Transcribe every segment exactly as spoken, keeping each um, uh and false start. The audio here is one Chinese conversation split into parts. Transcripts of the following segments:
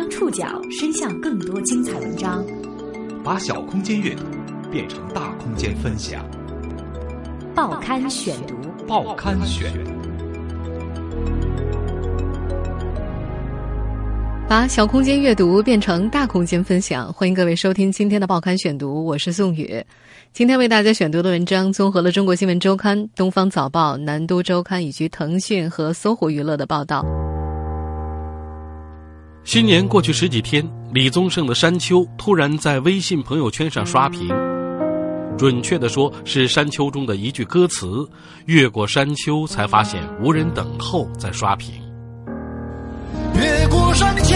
将触角伸向更多精彩文章， 把小空间阅读变成大空间分享。 报刊选读， 报刊选， 把小空间阅读变成大空间分享。欢迎各位收听今天的报刊选读，我是宋宇。今天为大家选读的文章综合了中国新闻周刊、东方早报、南都周刊以及腾讯和搜狐娱乐的报道。 新年过去十几天，李宗盛的山丘突然在微信朋友圈上刷屏，准确地说是山丘中的一句歌词，越过山丘才发现无人等候，在刷屏。 越过山丘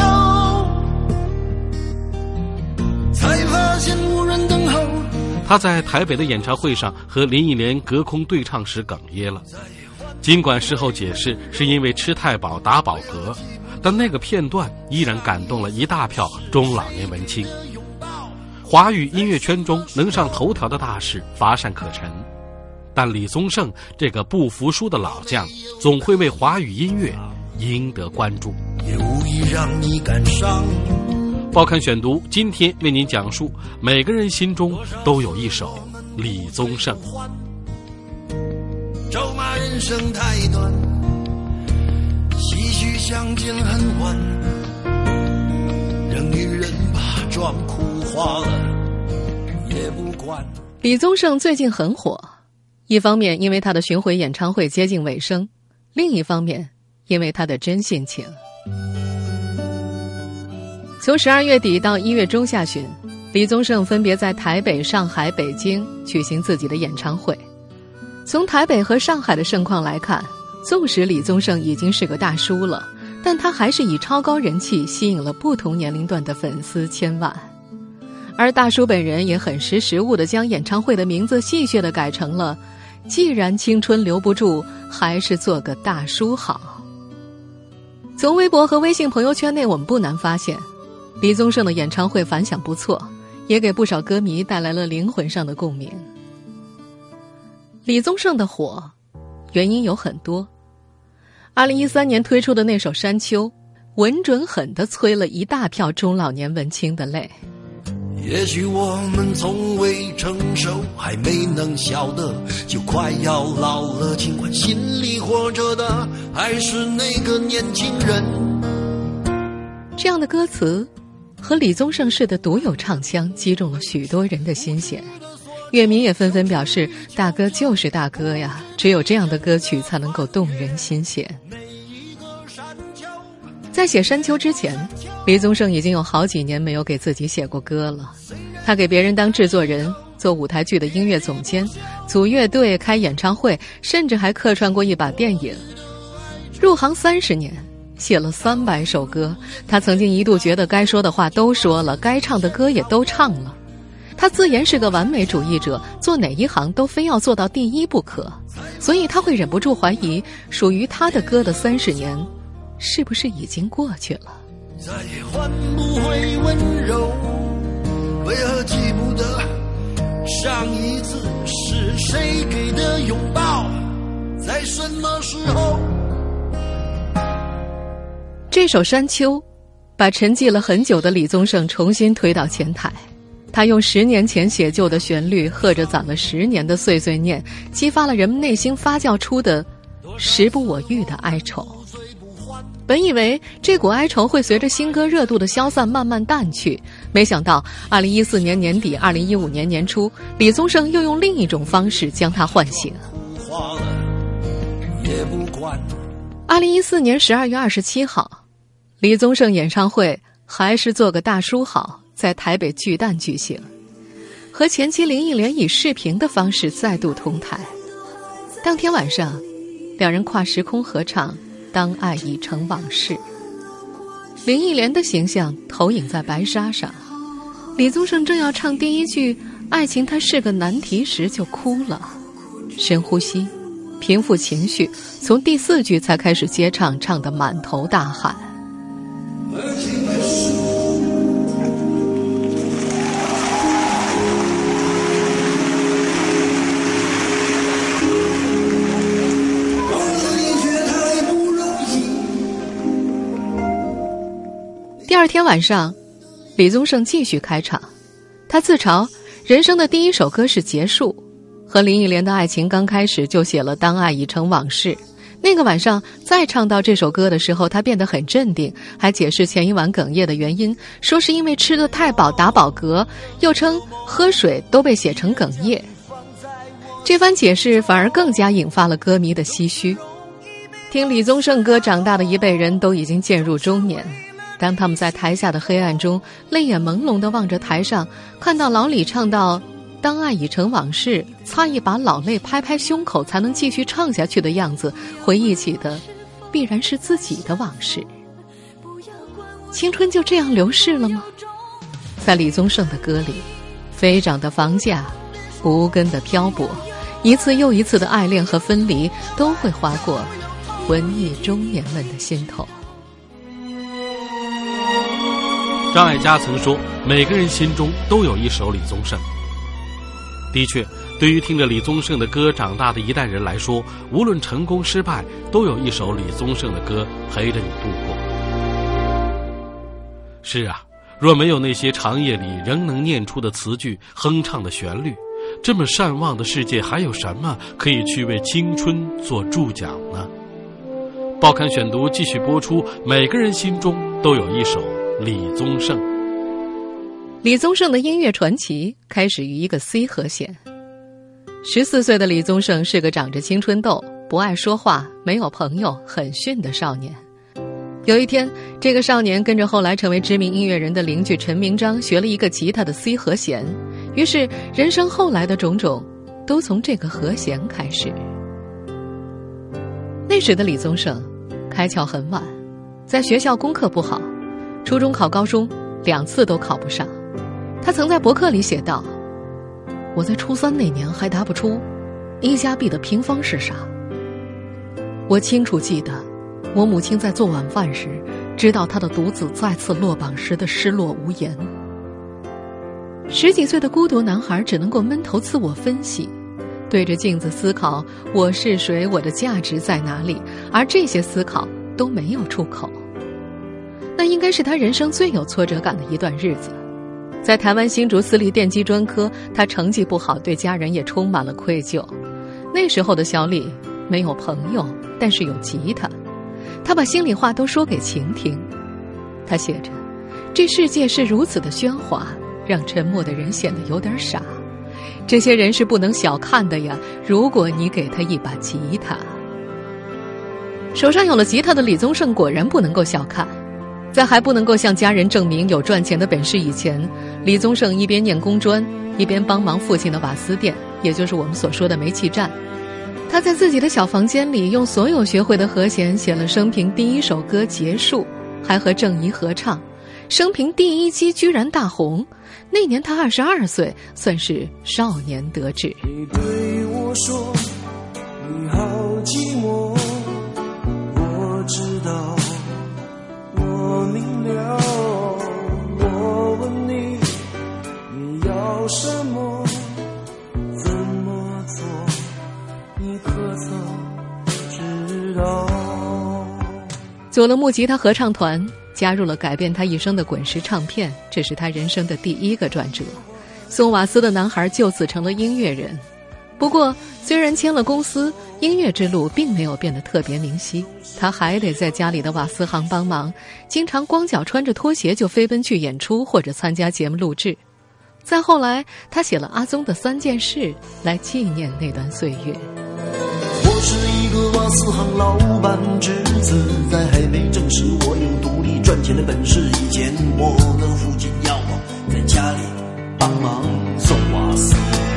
才发现无人等候。 他在台北的演唱会上和林忆莲隔空对唱时哽咽了，尽管事后解释是因为吃太饱打饱嗝，但那个片段依然感动了一大票中老年文青。华语音乐圈中能上头条的大事乏善可陈，但李宗盛这个不服输的老将总会为华语音乐赢得关注， 也无意让你感伤。 报刊选读今天为您讲述，每个人心中都有一首李宗盛。 咒骂人生太短，唏嘘相见恨晚，人与人把妆哭花了也不管。 李宗盛最近很火，一方面因为他的巡回演唱会接近尾声，另一方面因为他的真性情。从十二月底到一月中下旬，李宗盛分别在台北、上海、北京举行自己的演唱会。从台北和上海的盛况来看，纵使李宗盛已经是个大叔了，但他还是以超高人气吸引了不同年龄段的粉丝千万。而大叔本人也很识时务地将演唱会的名字戏谑地改成了既然青春留不住，还是做个大叔好。从微博和微信朋友圈内我们不难发现，李宗盛的演唱会反响不错，也给不少歌迷带来了灵魂上的共鸣。李宗盛的火原因有很多。二零一三年推出的那首《山丘》，稳准狠地催了一大票中老年文青的泪。 也许我们从未成熟，还没能晓得，就快要老了，尽管心里活着的还是那个年轻人。 这样的歌词和李宗盛式的独有唱腔击中了许多人的心弦，乐迷也纷纷表示，大哥就是大哥呀，只有这样的歌曲才能够动人心弦。在写《山丘》之前，李宗盛已经有好几年没有给自己写过歌了。他给别人当制作人，做舞台剧的音乐总监，组乐队，开演唱会，甚至还客串过一把电影。入行三十年，写了三百首歌，他曾经一度觉得该说的话都说了，该唱的歌也都唱了。他自言是个完美主义者，做哪一行都非要做到第一不可，所以他会忍不住怀疑，属于他的歌的三十年是不是已经过去了？ 再也换不回温柔，为何记不得上一次是谁给的拥抱，在什么时候？ 这首《山丘》把沉寂了很久的李宗盛重新推到前台，他用十年前写就的旋律，和着攒了十年的碎碎念，激发了人们内心发酵出的时不我予的哀愁。本以为这股哀愁会随着新歌热度的消散慢慢淡去，没想到二零一四年年底二零一五年年初，李宗盛又用另一种方式将它唤醒。二零一四年十二月二十七号，李宗盛演唱会还是做个大叔好，在台北巨蛋举行，和前妻林忆莲以视频的方式再度同台。当天晚上，两人跨时空合唱当爱已成往事。林忆莲的形象投影在白纱上，李宗盛正要唱第一句爱情它是个难题时就哭了，深呼吸，平复情绪，从第四句才开始接唱，唱得满头大汗。第二二天晚上，李宗盛继续开场，他自嘲人生的第一首歌是《结束》，和林忆莲的爱情刚开始就写了《当爱已成往事》。那个晚上再唱到这首歌的时候，他变得很镇定，还解释前一晚哽咽的原因，说是因为吃得太饱打饱嗝，又称喝水都被写成哽咽。这番解释反而更加引发了歌迷的唏嘘。听李宗盛歌长大的一辈人都已经渐入中年，当他们在台下的黑暗中泪眼朦胧地望着台上，看到老李唱到当爱已成往事，擦一把老泪拍拍胸口才能继续唱下去的样子，回忆起的必然是自己的往事。青春就这样流逝了吗？在李宗盛的歌里，飞涨的房价，无根的漂泊，一次又一次的爱恋和分离，都会划过文艺中年们的心头。 张艾嘉曾说，每个人心中都有一首李宗盛。的确，对于听着李宗盛的歌长大的一代人来说，无论成功失败，都有一首李宗盛的歌陪着你度过。是啊，若没有那些长夜里仍能念出的词句，哼唱的旋律，这么善忘的世界还有什么可以去为青春做注脚呢？报刊选读继续播出，每个人心中都有一首李宗盛。 李宗盛的音乐传奇开始于一个 C 和弦。十四岁的李宗盛是个长着青春痘、不爱说话、没有朋友、很逊的少年。有一天，这个少年跟着后来成为知名音乐人的邻居陈明章学了一个吉他的 C 和弦，于是人生后来的种种都从这个和弦开始。那时的李宗盛开窍很晚，在学校功课不好，初中考高中两次都考不上。他曾在博客里写道，我在初三那年还答不出一加 b 的平方是啥。我清楚记得我母亲在做晚饭时，知道她的独子再次落榜时的失落无言。十几岁的孤独男孩只能够闷头自我分析，对着镜子思考我是谁，我的价值在哪里，而这些思考都没有出口。那应该是他人生最有挫折感的一段日子。在台湾新竹私立电机专科，他成绩不好，对家人也充满了愧疚。那时候的小李没有朋友，但是有吉他，他把心里话都说给晴听。他写着，这世界是如此的喧哗，让沉默的人显得有点傻。这些人是不能小看的呀，如果你给他一把吉他。手上有了吉他的李宗盛果然不能够小看。在还不能够向家人证明有赚钱的本事以前，李宗盛一边念工专，一边帮忙父亲的瓦斯店，也就是我们所说的煤气站。他在自己的小房间里用所有学会的和弦写了生平第一首歌《结束》，还和郑怡合唱，生平第一击居然大红。那年他二十二岁，算是少年得志。 你对我说你好寂寞，我知道我明了，我问你你要什么，怎么做，你可曾知道。 组了木吉他合唱团，加入了改变他一生的滚石唱片，这是他人生的第一个转折。送瓦斯的男孩就此成了音乐人。不过虽然签了公司，音乐之路并没有变得特别明晰，他还得在家里的瓦斯行帮忙，经常光脚穿着拖鞋就飞奔去演出或者参加节目录制。再后来他写了阿宗的三件事来纪念那段岁月。 我是一个瓦斯行老板之子，在还没证实我有独立赚钱的本事以前，我的父亲要我在家里帮忙送瓦斯。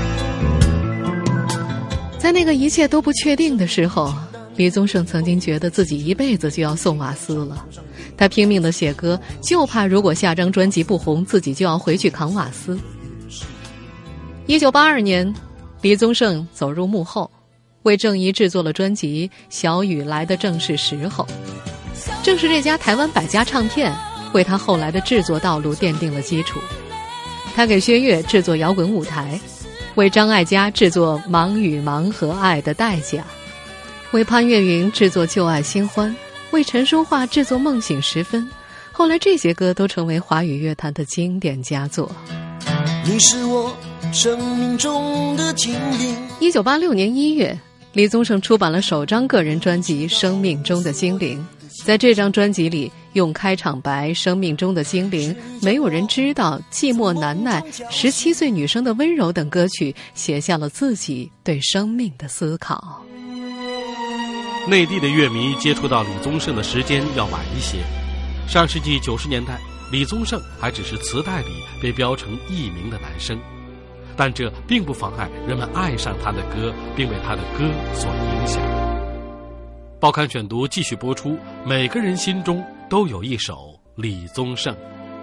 在那个一切都不确定的时候，李宗盛曾经觉得自己一辈子就要送瓦斯了。他拼命地写歌，就怕如果下张专辑不红，自己就要回去扛瓦斯。一九八二年，李宗盛走入幕后，为郑怡制作了专辑《小雨来的正是时候》。正是这家台湾百家唱片为他后来的制作道路奠定了基础。他给薛岳制作摇滚舞台，为张艾嘉制作《忙与忙和爱的代价》，为潘越云制作《旧爱新欢》，为陈淑桦制作《梦醒时分》， 后来这些歌都成为华语乐坛的经典佳作。 你是我生命中的精灵。 一九八六年一月，李宗盛出版了首张个人专辑《生命中的精灵》。在这张专辑里，用开场白“生命中的精灵”、“没有人知道”、“寂寞难耐”、“十七岁女生的温柔”等歌曲，写下了自己对生命的思考。 内地的乐迷接触到李宗盛的时间要晚一些。上世纪九十年代，李宗盛还只是磁带里被标成艺名的男生，但这并不妨碍人们爱上他的歌，并被他的歌所影响。报刊选读继续播出，每个人心中都有一首李宗盛。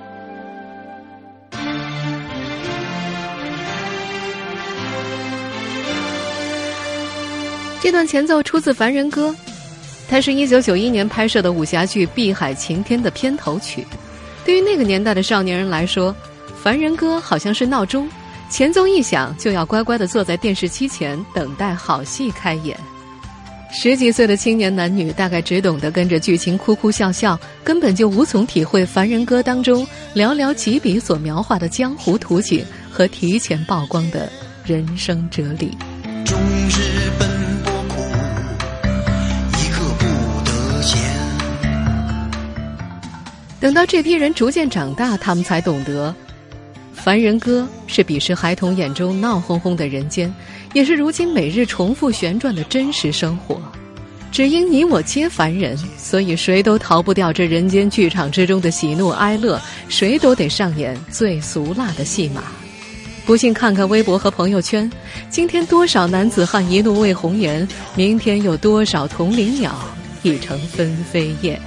这段前奏出自《凡人歌》，它是一九九一年拍摄的武侠剧《碧海晴天》的片头曲。对于那个年代的少年人来说，《凡人歌》好像是闹钟，前奏一响就要乖乖地坐在电视机前等待好戏开演。十几岁的青年男女大概只懂得跟着剧情哭哭笑笑，根本就无从体会《凡人歌》当中寥寥几笔所描画的江湖图景和提前曝光的人生哲理。 终日奔波苦，一刻不得闲。 等到这批人逐渐长大，他们才懂得，《凡人歌》是彼时孩童眼中闹哄哄的人间，也是如今每日重复旋转的真实生活。只因你我皆凡人，所以谁都逃不掉这人间剧场之中的喜怒哀乐，谁都得上演最俗辣的戏码。不信看看微博和朋友圈，今天多少男子汉一怒为红颜，明天有多少同林鸟已成分飞燕。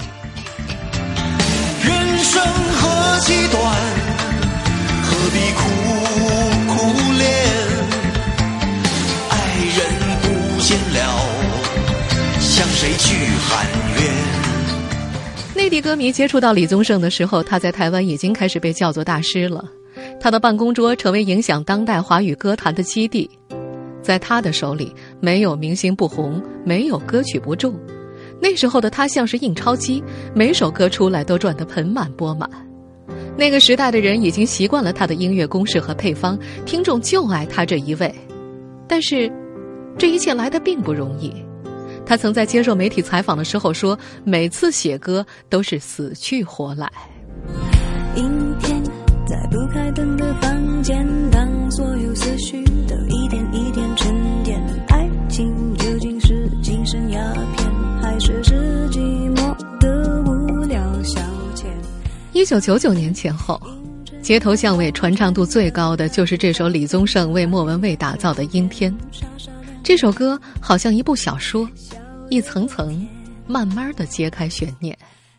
人生何其短，何必苦苦恋？爱人不见了，向谁去喊冤？ 内地歌迷接触到李宗盛的时候，他在台湾已经开始被叫做大师了。他的办公桌成为影响当代华语歌坛的基地。在他的手里，没有明星不红，没有歌曲不中。那时候的他像是印钞机，每首歌出来都赚得盆满钵满。那个时代的人已经习惯了他的音乐公式和配方，听众就爱他这一位。但是这一切来得并不容易。他曾在接受媒体采访的时候说，每次写歌都是死去活来。 阴天在不开灯的房间，当所有思绪都一点一点沉淀，爱情究竟是精神鸦片，还是是寂寞的无聊消遣？ 一九九九年前后，街头巷尾传唱度最高的就是这首李宗盛为莫文蔚打造的《阴天》。这首歌好像一部小说，一层层慢慢地揭开悬念。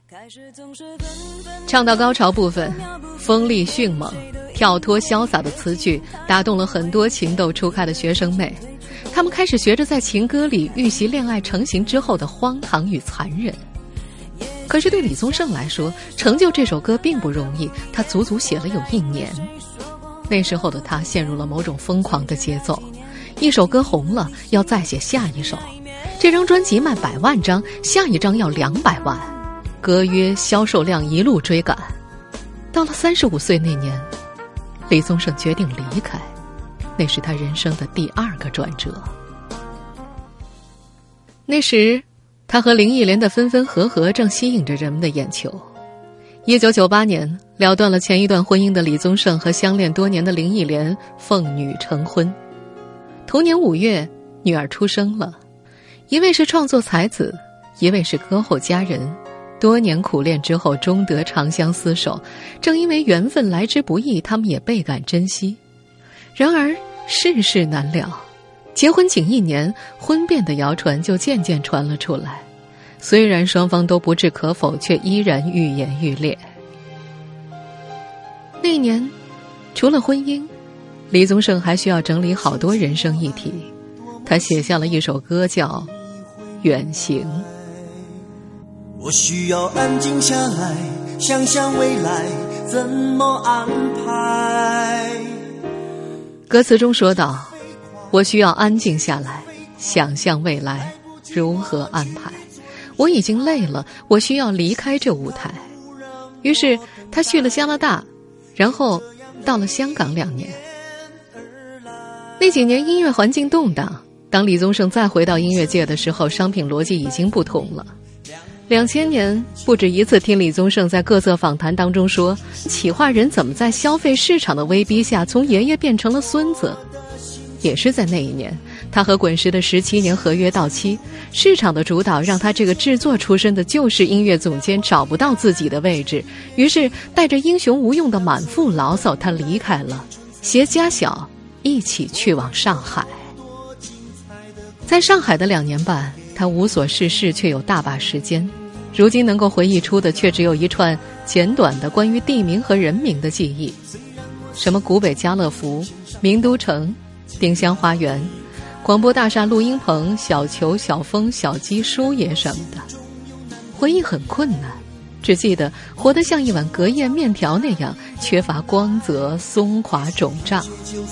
唱到高潮部分，锋利迅猛、跳脱潇洒的词句打动了很多情窦初开的学生妹，他们开始学着在情歌里预习恋爱成型之后的荒唐与残忍。可是对李宗盛来说，成就这首歌并不容易，他足足写了有一年。那时候的他陷入了某种疯狂的节奏，一首歌红了，要再写下一首，这张专辑卖百万张，下一张要两百万，歌约销售量一路追赶。到了三十五岁那年，李宗盛决定离开，那是他人生的第二个转折。那时他和林忆莲的分分合合正吸引着人们的眼球。一九九八年，了断了前一段婚姻的李宗盛和相恋多年的林忆莲奉女成婚。同年五月，女儿出生了，一位是创作才子，一位是歌后佳人。多年苦恋之后，终得长相厮守。正因为缘分来之不易，他们也倍感珍惜。然而世事难料，结婚仅一年，婚变的谣传就渐渐传了出来。虽然双方都不置可否，却依然愈演愈烈。那一年，除了婚姻，李宗盛还需要整理好多人生议题。他写下了一首歌叫《远行》。 我需要安静下来，想想未来怎么安排。 歌词中说道，我需要安静下来，想象未来如何安排。我已经累了，我需要离开这舞台。 于是他去了加拿大，然后到了香港两年。那几年音乐环境动荡，当李宗盛再回到音乐界的时候，商品逻辑已经不同了。两千年不止一次听李宗盛在各色访谈当中说，企划人怎么在消费市场的威逼下从爷爷变成了孙子。也是在那一年，他和滚石的十七年合约到期，市场的主导让他这个制作出身的旧式音乐总监找不到自己的位置，于是带着英雄无用的满腹牢骚，他离开了，携家小一起去往上海。在上海的两年半，他无所事事，却有大把时间。如今能够回忆出的，却只有一串简短的关于地名和人名的记忆，什么古北家乐福、名都城、丁香花园、广播大厦录音棚、小球、小峰、小鸡、叔爷什么的。回忆很困难，只记得活得像一碗隔夜面条那样，缺乏光泽、松垮、肿胀。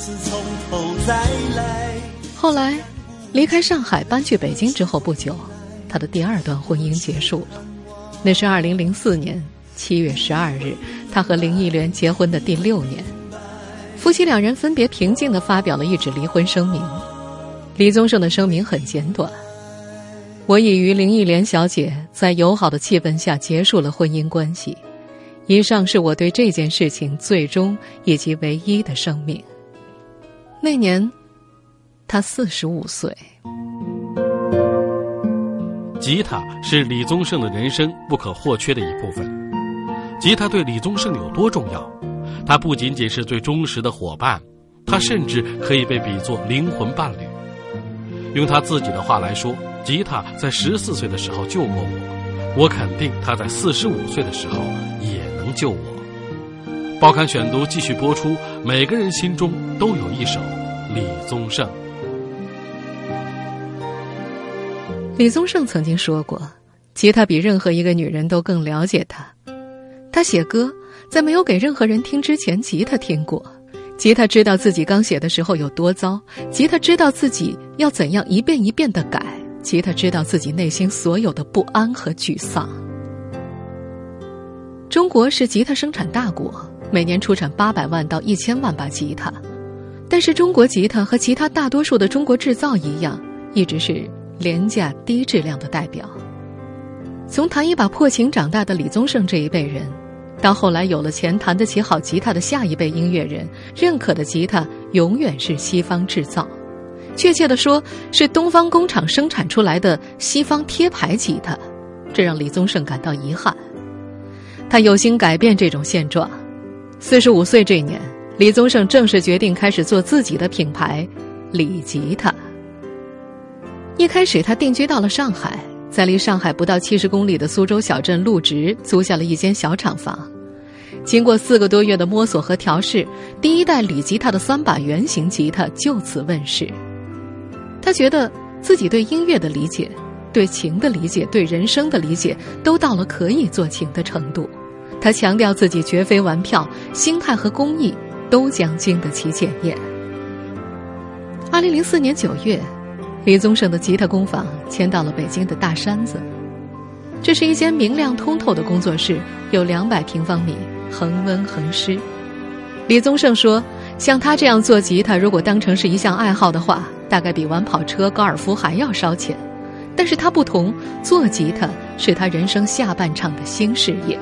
后来离开上海搬去北京之后不久，他的第二段婚姻结束了。那是二零零四年七月十二日，他和林忆莲结婚的第六年。夫妻两人分别平静地发表了一纸离婚声明。李宗盛的声明很简短：我已与林忆莲小姐在友好的气氛下结束了婚姻关系，以上是我对这件事情最终以及唯一的声明。那年他四十五岁。 吉他是李宗盛的人生不可或缺的一部分。吉他对李宗盛有多重要？他不仅仅是最忠实的伙伴，他甚至可以被比作灵魂伴侣。用他自己的话来说，吉他在十四岁的时候救过我，我肯定他在四十五岁的时候也能救我。报刊选读继续播出，每个人心中都有一首李宗盛。 李宗盛曾经说过，吉他比任何一个女人都更了解他。他写歌，在没有给任何人听之前，吉他听过。吉他知道自己刚写的时候有多糟，吉他知道自己要怎样一遍一遍地改，吉他知道自己内心所有的不安和沮丧。中国是吉他生产大国，每年出产八百万到一千万把吉他。但是中国吉他和其他大多数的中国制造一样，一直是廉价低质量的代表。从弹一把破琴长大的李宗盛这一辈人，到后来有了钱弹得起好吉他的下一辈音乐人，认可的吉他永远是西方制造，确切地说是东方工厂生产出来的西方贴牌吉他，这让李宗盛感到遗憾。他有心改变这种现状。四十五岁这年，李宗盛正式决定开始做自己的品牌李吉他。一开始他定居到了上海，在离上海不到七十公里的苏州小镇陆直租下了一间小厂房。经过四个多月的摸索和调试，第一代李吉他的三把圆形吉他就此问世。他觉得自己对音乐的理解、对琴的理解、对人生的理解都到了可以做琴的程度。他强调自己绝非玩票，心态和工艺都将经得起检验。二零零四年九月，李宗盛的吉他工坊迁到了北京的大山子。这是一间明亮通透的工作室，有两百平方米，恒温恒湿。李宗盛说，像他这样做吉他，如果当成是一项爱好的话，大概比玩跑车、高尔夫还要烧钱。但是他不同，做吉他是他人生下半场的新事业。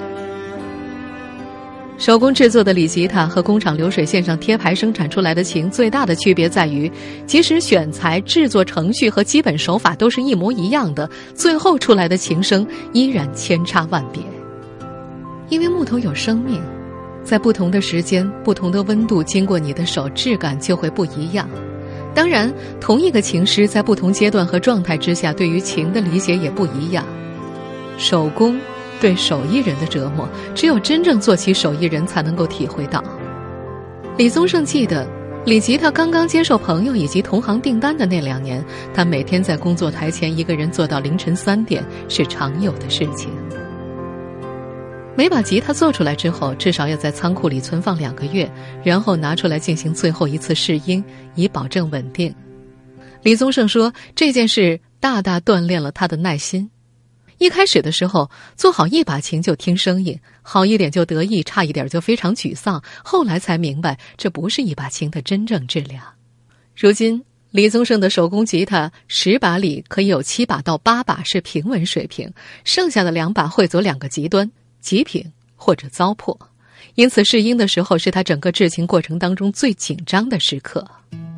手工制作的李吉他和工厂流水线上贴牌生产出来的琴最大的区别在于，即使选材、制作程序和基本手法都是一模一样的，最后出来的琴声依然千差万别。因为木头有生命，在不同的时间、不同的温度经过你的手，质感就会不一样。当然，同一个琴师在不同阶段和状态之下，对于琴的理解也不一样。手工对手艺人的折磨，只有真正做起手艺人才能够体会到。李宗盛记得，李吉他刚刚接受朋友以及同行订单的那两年，他每天在工作台前一个人做到凌晨三点是常有的事情。每把吉他做出来之后，至少要在仓库里存放两个月，然后拿出来进行最后一次试音，以保证稳定。李宗盛说，这件事大大锻炼了他的耐心。 一开始的时候，做好一把琴就听声音，好一点就得意，差一点就非常沮丧，后来才明白这不是一把琴的真正质量。如今李宗盛的手工吉他十把里可以有七把到八把是平稳水平，剩下的两把会走两个极端，极品或者糟粕。因此试音的时候是他整个制琴过程当中最紧张的时刻。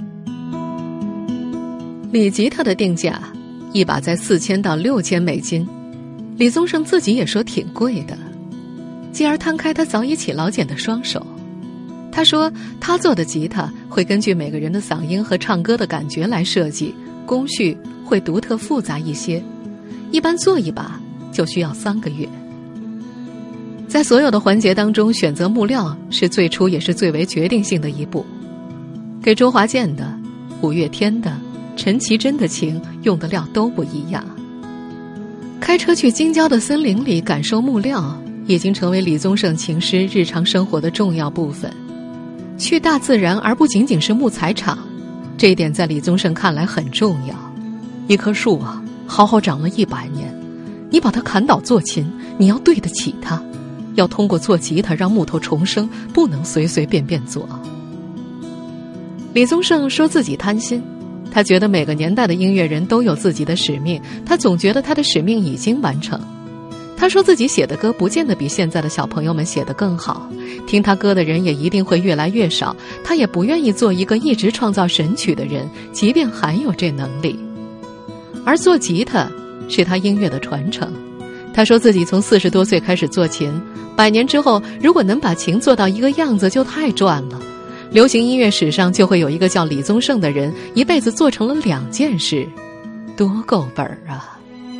李吉他的定价一把在四千到六千美金，李宗盛自己也说挺贵的，继而摊开他早已起老茧的双手。他说他做的吉他会根据每个人的嗓音和唱歌的感觉来设计，工序会独特复杂一些，一般做一把就需要三个月。在所有的环节当中，选择木料是最初也是最为决定性的一步。给周华健的、五月天的、陈绮贞的琴用的料都不一样。开车去京郊的森林里感受木料，已经成为李宗盛琴师日常生活的重要部分。去大自然而不仅仅是木材厂，这一点在李宗盛看来很重要。一棵树啊，好好长了一百年，你把它砍倒做琴，你要对得起它，要通过做吉他让木头重生，不能随随便便做。李宗盛说自己贪心，他觉得每个年代的音乐人都有自己的使命，他总觉得他的使命已经完成。他说自己写的歌不见得比现在的小朋友们写得更好，听他歌的人也一定会越来越少，他也不愿意做一个一直创造神曲的人，即便含有这能力。而做吉他是他音乐的传承。他说自己从四十多岁开始做琴，百年之后如果能把琴做到一个样子就太赚了。流行音乐史上就会有一个叫李宗盛的人，一辈子做成了两件事，多够本儿啊！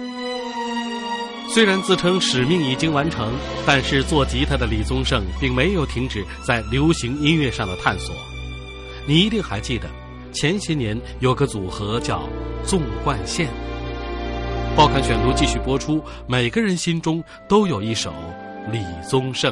虽然自称使命已经完成，但是做吉他的李宗盛并没有停止在流行音乐上的探索。你一定还记得，前些年有个组合叫纵贯线。报刊选读继续播出，每个人心中都有一首李宗盛。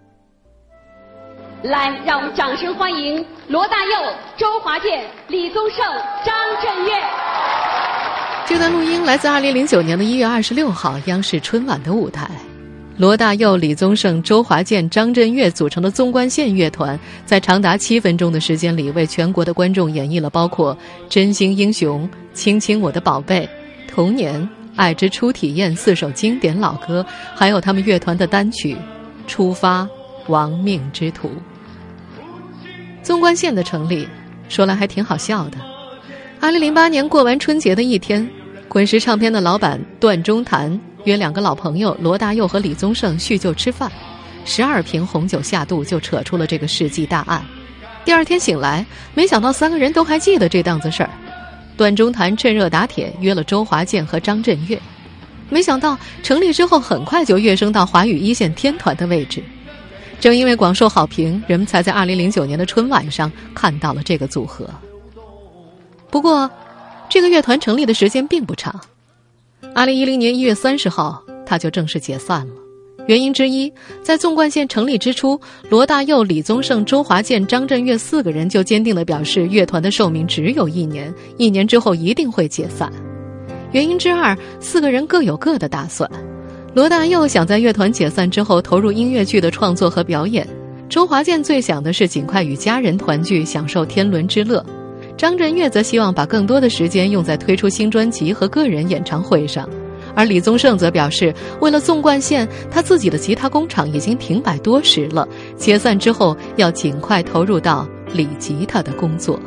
来，让我们掌声欢迎罗大佑、周华健、李宗盛、张震岳。 这段录音来自二零零九年的一月二十六号央视春晚的舞台。罗大佑、李宗盛、周华健、张震岳组成的纵贯线乐团，在长达七分钟的时间里，为全国的观众演绎了包括《真心英雄》、《亲亲我的宝贝》、《童年》、《爱之初体验》四首经典老歌，还有他们乐团的单曲《出发》、《亡命之徒》。纵贯线的成立，说来还挺好笑的。二零零八年过完春节的一天，滚石唱片的老板段中谈约两个老朋友罗大佑和李宗盛叙旧吃饭，十二瓶红酒下肚，就扯出了这个世纪大案。第二天醒来，没想到三个人都还记得这档子事儿。段中谈趁热打铁约了周华健和张震岳，没想到成立之后很快就跃升到华语一线天团的位置。正因为广受好评，人们才在二零零九年的春晚上看到了这个组合。不过这个乐团成立的时间并不长，二零一零年一月三十号它就正式解散了。原因之一，在纵贯线成立之初，罗大佑、李宗盛、周华健、张震岳四个人就坚定地表示，乐团的寿命只有一年，一年之后一定会解散。原因之二，四个人各有各的打算。罗大佑想在乐团解散之后投入音乐剧的创作和表演，周华健最想的是尽快与家人团聚，享受天伦之乐。张震岳则希望把更多的时间用在推出新专辑和个人演唱会上。而李宗盛则表示，为了纵贯线，他自己的吉他工厂已经停摆多时了，解散之后要尽快投入到理吉他的工作。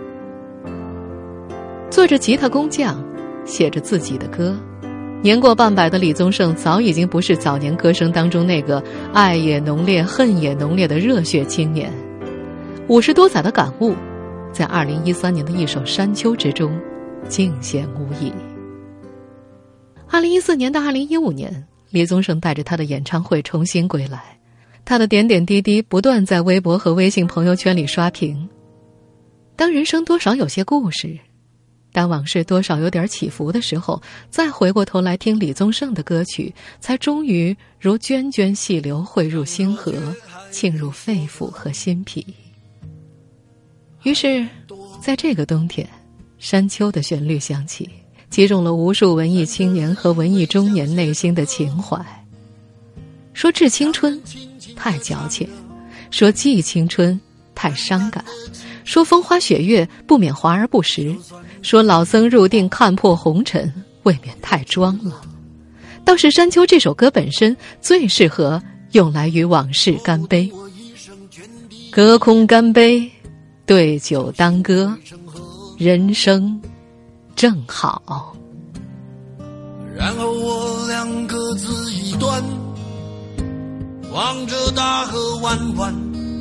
做着吉他工匠，写着自己的歌，年过半百的李宗盛早已经不是早年歌声当中那个爱也浓烈恨也浓烈的热血青年。五十多载的感悟，在二零一三年的一首《山丘》之中尽显无疑。二零一四年到二零一五年，李宗盛带着他的演唱会重新归来，他的点点滴滴不断在微博和微信朋友圈里刷屏。当人生多少有些故事，当往事多少有点起伏的时候，再回过头来听李宗盛的歌曲，才终于如涓涓细流汇入心河，沁入肺腑和心脾。于是在这个冬天，山丘的旋律响起， 击中了无数文艺青年和文艺中年内心的情怀。说致青春太矫情，说记青春太伤感，说风花雪月不免华而不实，说老僧入定看破红尘未免太装了。倒是山丘这首歌本身最适合用来与往事干杯。隔空干杯，对酒当歌，人生正好。 然后我俩各自一端，望着大河弯弯，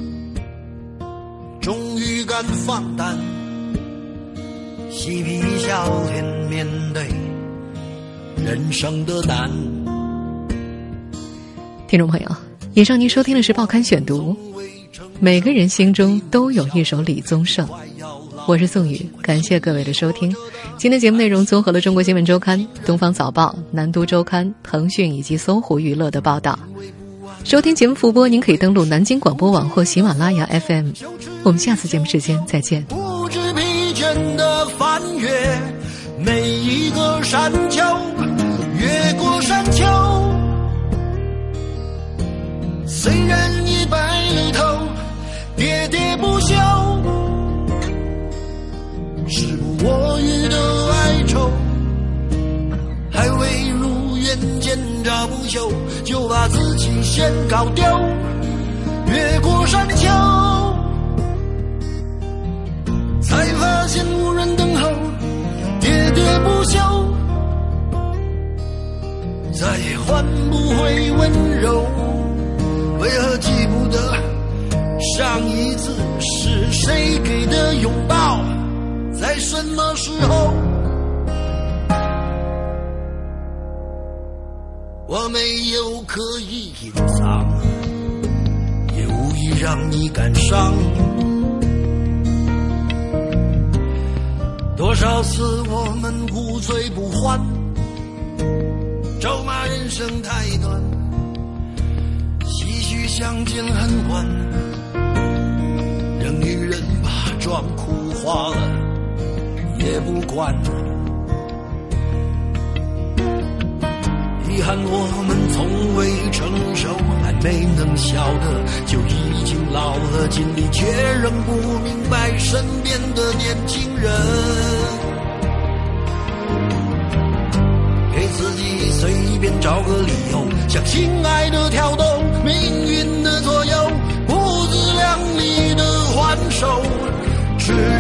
终于敢放胆，嬉皮笑脸面对人生的难。 听众朋友，以上您收听的是报刊选读，每个人心中都有一首李宗盛，我是宋宇，感谢各位的收听。今天节目内容综合了中国新闻周刊、东方早报、南都周刊、腾讯以及搜狐娱乐的报道。收听节目复播，您可以登录南京广播网或喜马拉雅 F M。 我们下次节目时间再见。 不知疲倦的翻越每一个山丘，越过山丘，虽然已白了头，喋喋不休，时不我予的哀愁，还未如愿见着不朽，就把自己先搞丢。越过山丘，才发现无人等候，喋喋不休，再也换不回温柔。为何记不得上一次是谁给的拥抱，在什么时候？我没有刻意隐藏，也无意让你感伤。多少次我们无醉不欢，咒骂人生太短，唏嘘相见恨晚，人与人把妆哭花了也不管。遗憾我们从未成熟，还没能晓得就已经老了，尽力却仍不明白身边的年轻人。给自己随便找个理由，向心爱的挑逗，命运的左右，不自量力的还手，只